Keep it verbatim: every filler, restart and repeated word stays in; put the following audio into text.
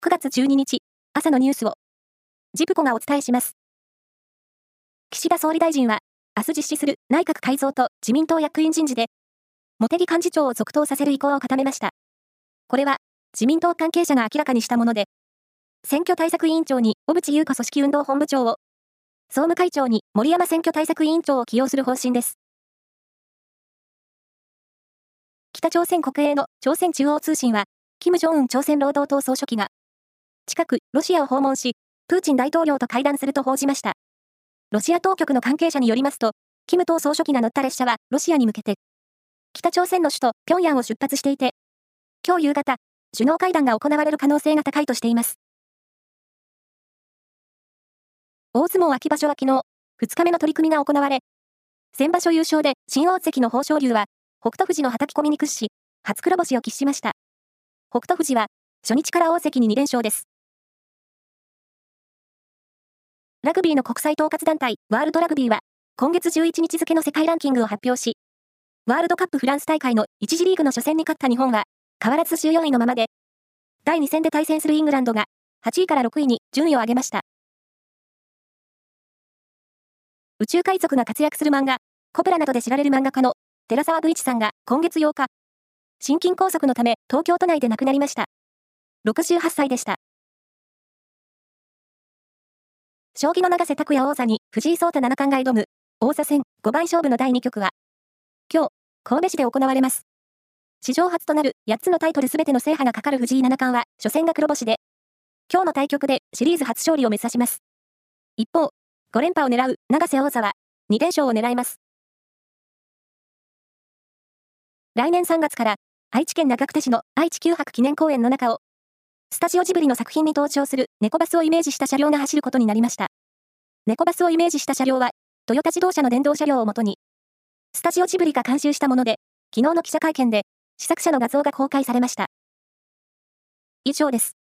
くがつじゅうににち、朝のニュースを、ジプコがお伝えします。岸田総理大臣は、明日実施する内閣改造と自民党役員人事で、茂木幹事長を続投させる意向を固めました。これは、自民党関係者が明らかにしたもので、選挙対策委員長に小渕優子組織運動本部長を、総務会長に森山選挙対策委員長を起用する方針です。北朝鮮国営の朝鮮中央通信は、金正恩朝鮮労働党総書記が、近くロシアを訪問し、プーチン大統領と会談すると報じました。ロシア当局の関係者によりますと、金党総書記が乗った列車はロシアに向けて、北朝鮮の首都平壌を出発していて、今日夕方、首脳会談が行われる可能性が高いとしています。大相撲秋場所は昨日、ふつかめの取り組みが行われ、先場所優勝で新大関の豊昇龍は、北勝富士の叩き込みに屈し、初黒星を喫しました。北勝富士は、初日から大関にに連勝です。ラグビーの国際統括団体、ワールドラグビーは、今月じゅういちにち付の世界ランキングを発表し、ワールドカップフランス大会のいち次リーグの初戦に勝った日本は、変わらずじゅうよんいのままで、だいに戦で対戦するイングランドが、はちいからろくいに順位を上げました。宇宙海賊が活躍する漫画、コブラなどで知られる漫画家の寺沢武一さんが今月ようか、心筋梗塞のため東京都内で亡くなりました。ろくじゅうはっさいでした。将棋の永瀬拓矢王座に藤井聡太七冠が挑む王座戦ごばん勝負のだいにきょくは、今日、神戸市で行われます。史上初となるやっつのタイトルすべての制覇がかかる藤井七冠は初戦が黒星で、今日の対局でシリーズ初勝利を目指します。一方、ご連覇を狙う永瀬王座はに連勝を狙います。来年さんがつから愛知県長久手市の愛知九博記念公園の中をスタジオジブリの作品に登場する猫バスをイメージした車両が走ることになりました。猫バスをイメージした車両はトヨタ自動車の電動車両をもとにスタジオジブリが監修したもので、昨日の記者会見で試作車の画像が公開されました。以上です。